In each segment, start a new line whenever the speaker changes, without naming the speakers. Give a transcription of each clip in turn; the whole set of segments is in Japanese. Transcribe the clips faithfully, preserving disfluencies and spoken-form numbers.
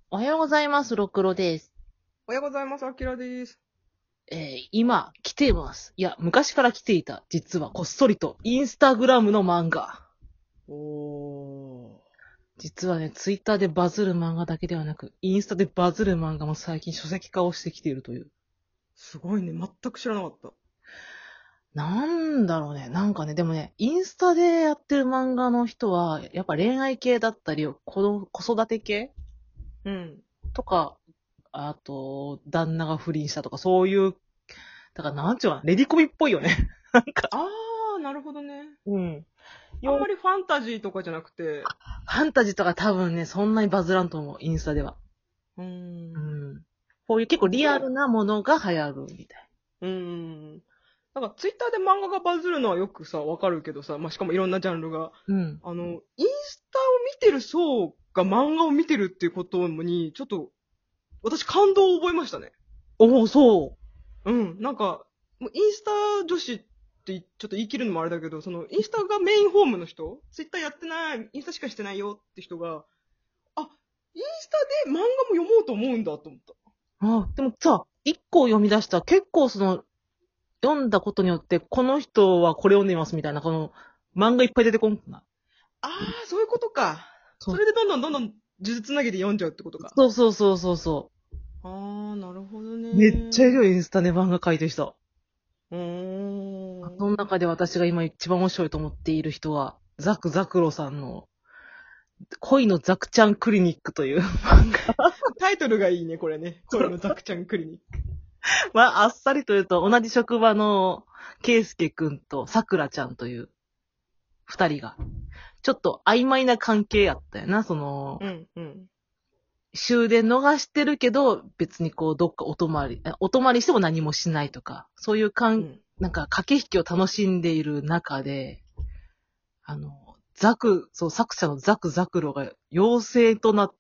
おはようございます、ろくろです。
おはようございます。あきらです。
えー、今、来ています。いや、昔から来ていた。実はこっそりと、インスタグラムの漫画。
おー。
実はね、ツイッターでバズる漫画だけではなく、インスタでバズる漫画も最近書籍化をしてきているという。
すごいね。全く知らなかった。
なんだろうね。なんかね、でもね、インスタでやってる漫画の人は、やっぱ恋愛系だったり、子ど子育て系
うん。
とか、あと、旦那が不倫したとか、そういう、だからなんちゅうの、レディコミっぽいよね。なんか。
あー、なるほどね。
うん。よ
あんまりファンタジーとかじゃなくて。
ファンタジーとか多分ね、そんなにバズらんと思う、インスタでは。
うー
う
ん。
ん。こういう結構リアルなものが流行るみたい。
うーん。なんか、ツイッターで漫画がバズるのはよくさ、わかるけどさ、まあ、しかもいろんなジャンルが。
うん。
あの、インスタを見てる層が漫画を見てるっていうことに、ちょっと、私感動を覚えましたね。
おお、そ
うん。なんか、もうインスタ女子ってちょっと言い切るのもあれだけど、そのインスタがメインホームの人、ツイッターやってない、インスタしかしてないよって人が、あ、インスタで漫画も読もうと思うんだと思った。
う。あ、でもさ、一個読み出したら結構その、読んだことによって、この人はこれ読んでいますみたいな、この、漫画いっぱい出てこんな。
ああ、そういうことか。
そう。
それでどんどんどんどん呪術つなぎで読んじゃうってことか。
そうそうそうそうそ
ああ、なるほど
う。めっちゃいる
ね。
よ、インスタで漫画描いてる人。
うーん。
その中で私が今一番面白いと思っている人は、ザクザクロさんの、恋のザクちゃんクリニックという漫画。
タイトルがいいね、これね。恋のザクちゃんクリニック。
まあ、あっさりと言うと、同じ職場の、ケイスケくんとさくらちゃんという二人が、ちょっと曖昧な関係やったよな、その、
うん、うん。
終電逃してるけど、別にこう、どっかお泊まり、お泊まりしても何もしないとか、そういうかん、
うん。
なんか駆け引きを楽しんでいる中で、あの、ザク、そう、作者のザクザクロが妖精となって、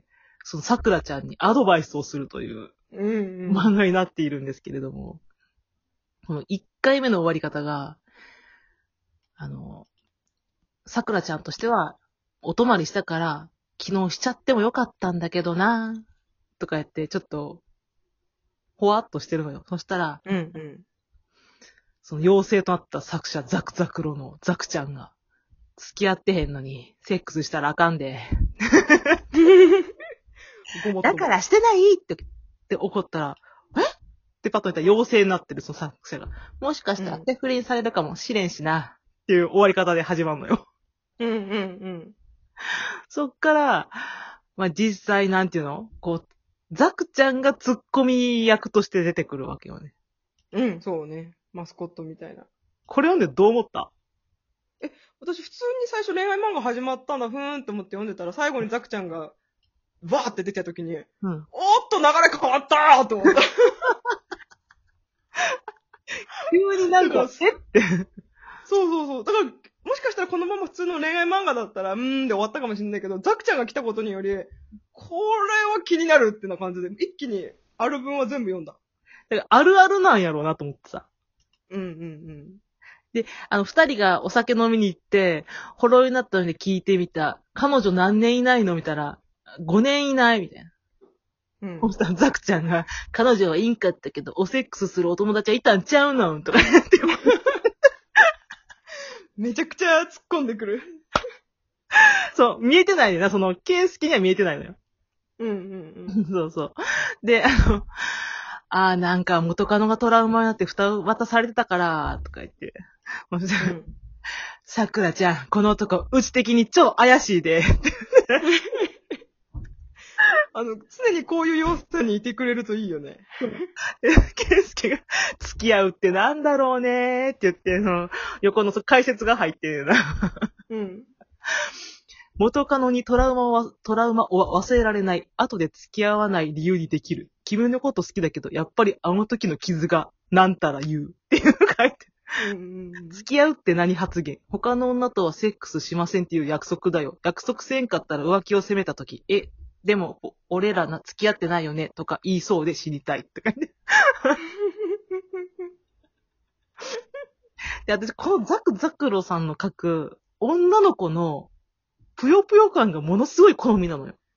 そのさくらちゃんにアドバイスをするという
うん、うん。
漫画になっているんですけれども、この一回目の終わり方が、あの、さくらちゃんとしては、お泊まりしたから、昨日しちゃってもよかったんだけどな、とか言って、ちょっと、ほわっとしてるのよ。そしたら、
うん、うん。
その妖精となった作者ザクザクロのザクちゃんが、付き合ってへんのに、セックスしたらあかんで。
ごもっとも。
だからしてないって、って怒ったら、えってパッと見たら妖精になってるその作者が。もしかしたら
うん
手不倫されるかもしれんしな。っていう終わり方で始まるのよ。
うんうんうん。
そっから、まあ、実際なんていうのこう、ザクちゃんがツッコミ役として出てくるわけよね。
うん、そうね。マスコットみたいな。
これ読んでどう思った？
私普通に最初恋愛漫画始まったんだ、ふーんって思って読んでたら、最後にザクちゃんが、バーって出た時に、おーっ
うん。
と流れ変わったーと思った。
急になんか、
だから、
えって。
そうそうそう。だから、もしかしたらこのまま普通の恋愛漫画だったら、うーんで終わったかもしれないけど、ザクちゃんが来たことにより、これは気になるってな感じで、一気にある分は全部読んだ。
だからあるあるなんやろうなと思ってさ。
うんうん
で、あの、二人がお酒飲みに行って、ほろ酔いになったので聞いてみた。彼女何年いないの見たら、ごねんいないみたいな。
うん。うん。
そしたらザクちゃんが、彼女はいんかったけど、おセックスするお友達はいたんちゃうのとか言って、
めちゃくちゃ突っ込んでくる。
そう、見えてないねんな、その、ケースキには見えてないのよ。
うんうん
そうそう。で、あの、あーなんか元カノがトラウマになって蓋を渡されてたから、とか言って。もうさ
うん。うん。
さくらちゃん、この男、うち的に超怪しいで。
あの、常にこういう要素にいてくれるといいよね。
ケンスケが、付き合うってなんだろうねーって言って、その、横の解説が入ってるよな。
うん。
元カノにトラウマは、トラウマを忘れられない。後で付き合わない理由にできる。君のこと好きだけど、やっぱりあの時の傷が、なんたら言う。っていうのが書いてる。
うんうん
付き合うって何発言？他の女とはセックスしませんっていう約束だよ。約束せんかったら浮気を責めた時、え、でも、お俺らな、付き合ってないよねとか言いそうで死にたいって書いてる。で、私、このザクザクロさんの書く、女の子の、ぷよぷよ感がものすごい好みなのよ。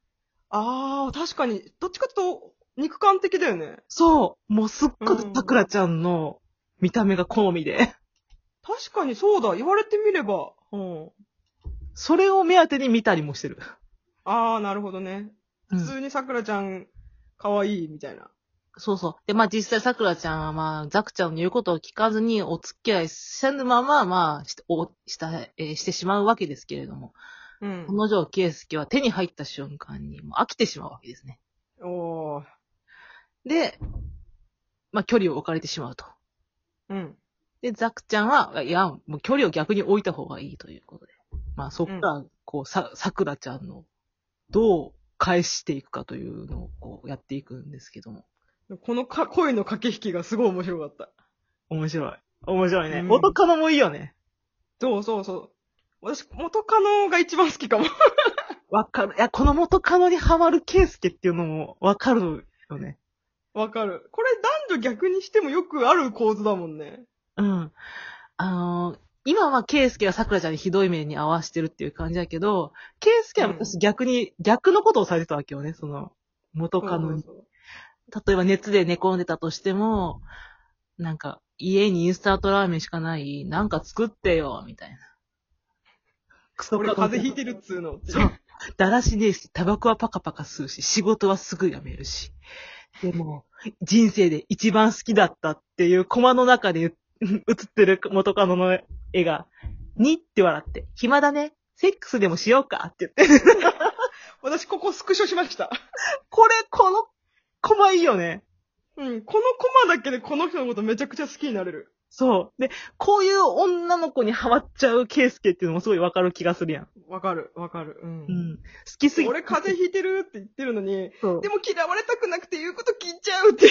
ああ、確かに、どっちかというと、肉感的だよね。
そう。もうすっごい
うん
桜ちゃんの見た目が好みで。
確かにそうだ。言われてみれば。うん。
それを目当てに見たりもしてる。
ああ、なるほどね。
うん。
普通に桜ちゃん、かわいい、みたいな。
そうそう。で、まあ実際桜ちゃんはまあ、ザクちゃんの言うことを聞かずにお付き合いせぬまま、まあ、しおしたえーしてしまうわけですけれども、
うん。
彼女圭介は手に入った瞬間にもう飽きてしまうわけですね。
おー。
で、まあ距離を置かれてしまうと。
うん。
で、ザクちゃんは、いや、もう距離を逆に置いた方がいいということで。まあそっから、こう、さ、桜ちゃんの、どう返していくかというのを、こう、やっていくんですけども。
このか恋の駆け引きがすごい面白かった。
面白い。面白いね。
うん
元カノもいいよね。
そうそうそう。私、元カノが一番好きかも。
わかる。いや、この元カノにハマるケイスケっていうのもわかるよね。
わかる。これ男女逆にしてもよくある構図だもんね。
うん。あのー今はケイスケが桜ちゃんにひどい目に合わせてるっていう感じだけど、ケイスケは私逆に、逆のことをされてたわけよね、その、元カノに。
そうそう
例えば熱で寝込んでたとしても、なんか、家にインスタントラーメンしかない、なんか作ってよ、みたいな。ク
そう。俺
ソカノ
風邪ひいてるっつうの。
そう。だらしねえし、タバコはパカパカ吸うし、仕事はすぐ辞めるし。でも、人生で一番好きだったっていうコマの中で映ってる元カノの絵が、にって笑って、暇だね。セックスでもしようかって言って。
私ここスクショしました。
これ、このコマいいよね。
うん。このコマだけでこの人のことめちゃくちゃ好きになれる。
そう。で、こういう女の子にハマっちゃうケイスケっていうのもすごいわかる気がするやん。
わかる、わかる。うん。
うん。好きすぎ
俺風邪ひいてるって言ってるのに、
そう
でも嫌われたくなくて言うこと聞いちゃうっていう。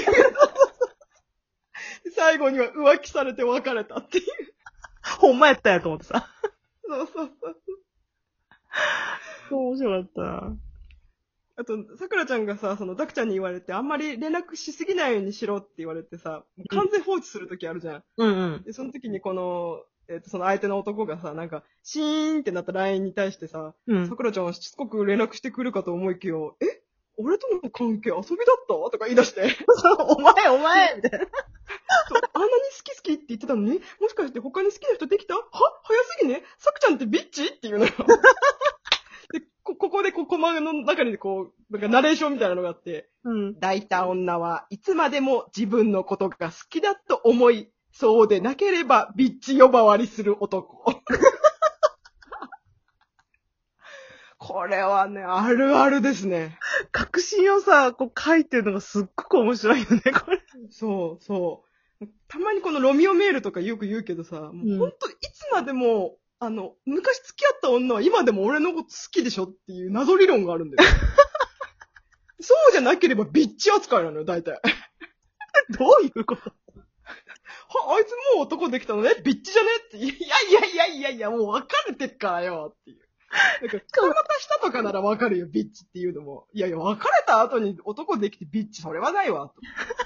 最後には浮気されて別れたっていう。
ほんまやったやと思ってさ。
そうそうそう。
面白かったな。
あと、さくらちゃんがさ、そのザクちゃんに言われて、あんまり連絡しすぎないようにしろって言われてさ、完全放置するときあるじゃん。
うんうん。
で、その時にこの、えっ、と、その相手の男がさ、なんか、シーンってなった ライン に対してさ、
うん
さくらちゃんはしつこく連絡してくるかと思いきや、え俺との関係遊びだったとか言い出して。
お前お前みたいな。
そうあんなに好き好きって言ってたのに、もしかして他に好きな人できたは早すぎねさくちゃんってビッチっていうのよ。で、こ、ここでこう、コマの中にこう、なんかナレーションみたいなのがあって、
うん。
抱いた女はいつまでも自分のことが好きだと思い、そうでなければビッチ呼ばわりする男。これはね、あるあるですね。
確信をさ、こう書いてるのがすっごく面白いよね、これ。
そう、そう。たまにこのロミオメールとかよく言うけどさ、もうほんといつまでも、あの、昔付き合った女は今でも俺のこと好きでしょっていう謎理論があるんだよ。そうじゃなければビッチ扱いなのよ、大体。
どういうこと
は、あいつもう男できたのねビッチじゃねって。いやいやいやいやいや、もう別れてっからよっていう。なんか、二股したとかならわかるよ、ビッチっていうのも。いやいや、別れた後に男できてビッチ、それはないわ。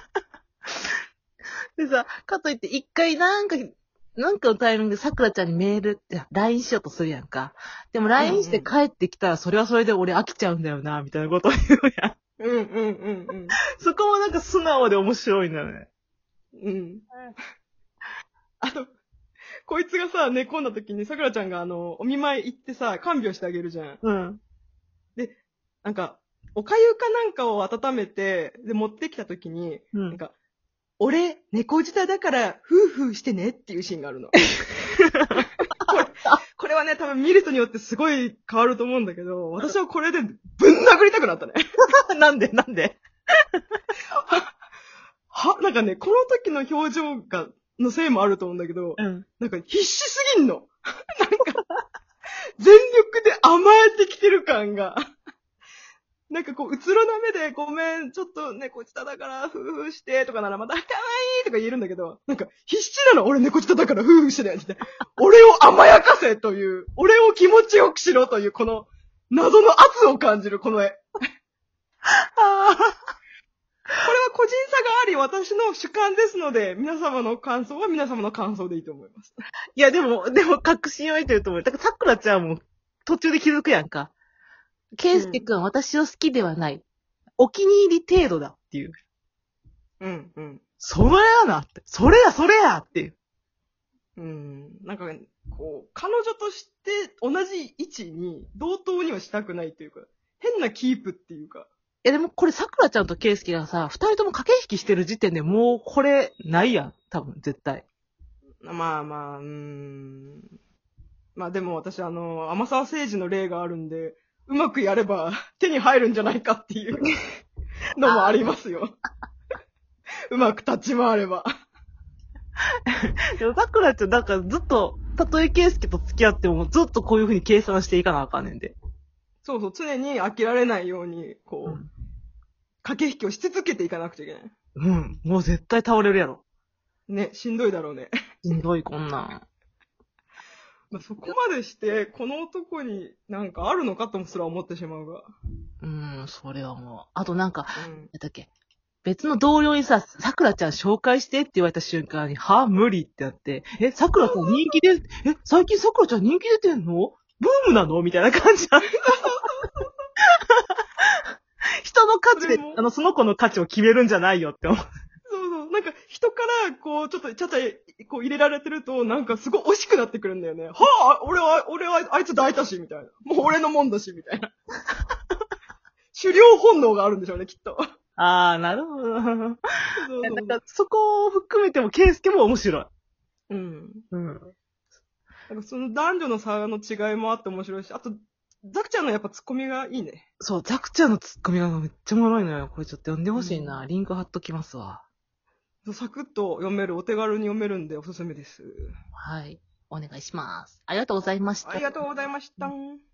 でさ、かといって一回なんか、なんかのタイミングで桜ちゃんにメールって ライン しようとするやんか。でも ライン して帰ってきたらそれはそれで俺飽きちゃうんだよな、みたいなことを言うやん。
うんうんうんうん。
そこもなんか素直で面白いんだよね。
うん。あと、こいつがさ、寝込んだ時にさくらちゃんがあの、お見舞い行ってさ、看病してあげるじゃん。
うん。
なんか、おかゆかなんかを温めて、で、持ってきた時に、
う
なんん。か、俺、猫舌だから、ふうふうしてねっていうシーンがあるの。これ、これはね、多分見る人によってすごい変わると思うんだけど、私はこれでぶん殴りたくなったね。
なんでなんで
は、なんかね、この時の表情が、のせいもあると思うんだけど、
うん。
なんか必死すぎんの。なんか、全力で甘えてきてる感が。なんかこう、うつろな目で、ごめん、ちょっと猫舌だから、ふうふうして、とかならまた、かわいいとか言えるんだけど、なんか、必死なの、俺猫舌だから、ふうふうしてね、って。俺を甘やかせという、俺を気持ちよくしろという、この、謎の圧を感じる、この絵。
あ
これは個人差があり、私の主観ですので、皆様の感想は皆様の感想でいいと思います。
いや、でも、でも、確信を得てると思う。だから、桜ちゃんも途中で気づくやんか。 ケイスケくんは私を好きではない。お気に入り程度だっていう。
うんうん。
それやなって。それや、それやっていう。
うん。なんか、こう、彼女として同じ位置に同等にはしたくないというか、変なキープっていうか。
いやでもこれ桜ちゃんとケイスケがさ、二人とも駆け引きしてる時点でもうこれないやん。多分、絶対。
まあまあ、うーん。まあでも私、あの、天沢誠治の例があるんで、うまくやれば手に入るんじゃないかっていうのもありますよ。うまく立ち回れば。
でも桜ちゃんなんかずっと、たとえケイスケと付き合ってもずっとこういう風に計算していかなあかんねんで。
そうそう、常に飽きられないように、こう、
うん
駆け引きをし続けていかなくちゃいけない。
うん。もう絶対倒れるやろ。
ね、しんどいだろうね。
しんどい、こんなん。
まあ、そこまでして、この男になんかあるのかともすら思ってしまうが。
うん、それはもう。あとなんか、
うん。
なんだっけ。別の同僚にさ、桜ちゃん紹介してって言われた瞬間に、はぁ、無理ってなって、え、桜ちゃん人気で、え、最近桜ちゃん人気出てんのブームなのみたいな感じある。人の価値で、あの、その子の価値を決めるんじゃないよって思う。
そうそう。なんか、人から、こう、ちょっと、ちゃちゃ、こう入れられてると、なんかすごい惜しくなってくるんだよね。はあ、俺は、俺は、あいつ抱いたし、みたいな。もう俺のもんだし、みたいな。狩猟本能があるんでしょうね、きっと。
あー、なるほど。
そう
なん
そう
か、そこを含めても、ケイスケも面白い。
うん。
うん。
なんかその男女の差の違いもあって面白いし、あと、ザクちゃんのやっぱツッコミがいいね。
そう、ザクちゃんのツッコミがめっちゃおもろいのよ。これちょっと読んでほしいな。リンク貼っときますわ。
サクッと読める、お手軽に読めるんでおすすめです。
はい。お願いします。ありがとうございました。
ありがとうございました。